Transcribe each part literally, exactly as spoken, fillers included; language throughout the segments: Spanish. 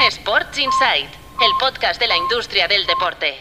Sports Insight, el podcast de la industria del deporte.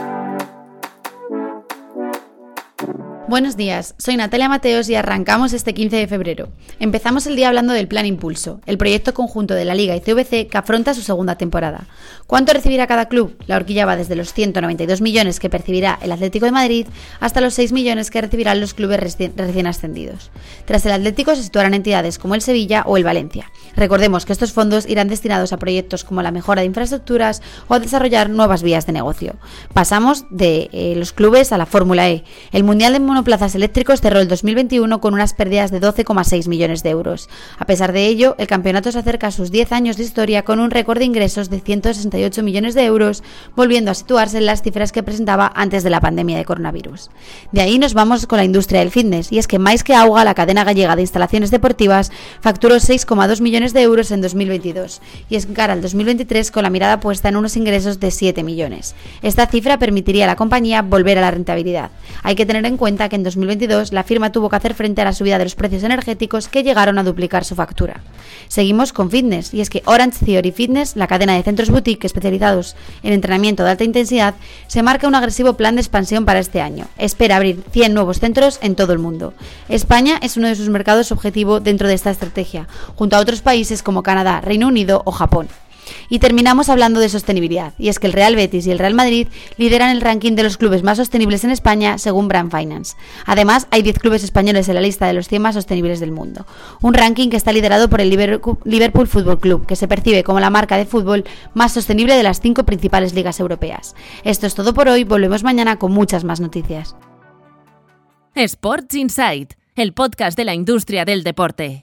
Buenos días, soy Natalia Mateos y arrancamos este quince de febrero. Empezamos el día hablando del Plan Impulso, el proyecto conjunto de la Liga y C V C que afronta su segunda temporada. ¿Cuánto recibirá cada club? La horquilla va desde los ciento noventa y dos millones que percibirá el Atlético de Madrid hasta los seis millones que recibirán los clubes reci- recién ascendidos. Tras el Atlético se situarán entidades como el Sevilla o el Valencia. Recordemos que estos fondos irán destinados a proyectos como la mejora de infraestructuras o a desarrollar nuevas vías de negocio. Pasamos de eh, los clubes a la Fórmula E. El Mundial de Monoplazas Eléctricos cerró el dos mil veintiuno con unas pérdidas de doce coma seis millones de euros. A pesar de ello, el campeonato se acerca a sus diez años de historia con un récord de ingresos de ciento sesenta y ocho millones de euros, volviendo a situarse en las cifras que presentaba antes de la pandemia de coronavirus. De ahí nos vamos con la industria del fitness, y es que Mais que Auga, la cadena gallega de instalaciones deportivas, facturó seis coma dos millones de euros en dos mil veintidós y es cara al dos mil veintitrés con la mirada puesta en unos ingresos de siete millones. Esta cifra permitiría a la compañía volver a la rentabilidad. Hay que tener en cuenta que en dos mil veintidós la firma tuvo que hacer frente a la subida de los precios energéticos que llegaron a duplicar su factura. Seguimos con fitness, y es que Orange Theory Fitness, la cadena de centros boutique especializados en entrenamiento de alta intensidad, se marca un agresivo plan de expansión para este año. Espera abrir cien nuevos centros en todo el mundo. España es uno de sus mercados objetivo dentro de esta estrategia, junto a otros países como Canadá, Reino Unido o Japón. Y terminamos hablando de sostenibilidad, y es que el Real Betis y el Real Madrid lideran el ranking de los clubes más sostenibles en España según Brand Finance. Además, hay diez clubes españoles en la lista de los cien más sostenibles del mundo. Un ranking que está liderado por el Liverpool Fútbol Club, que se percibe como la marca de fútbol más sostenible de las cinco principales ligas europeas. Esto es todo por hoy, volvemos mañana con muchas más noticias. Sports Insight, el podcast de la industria del deporte.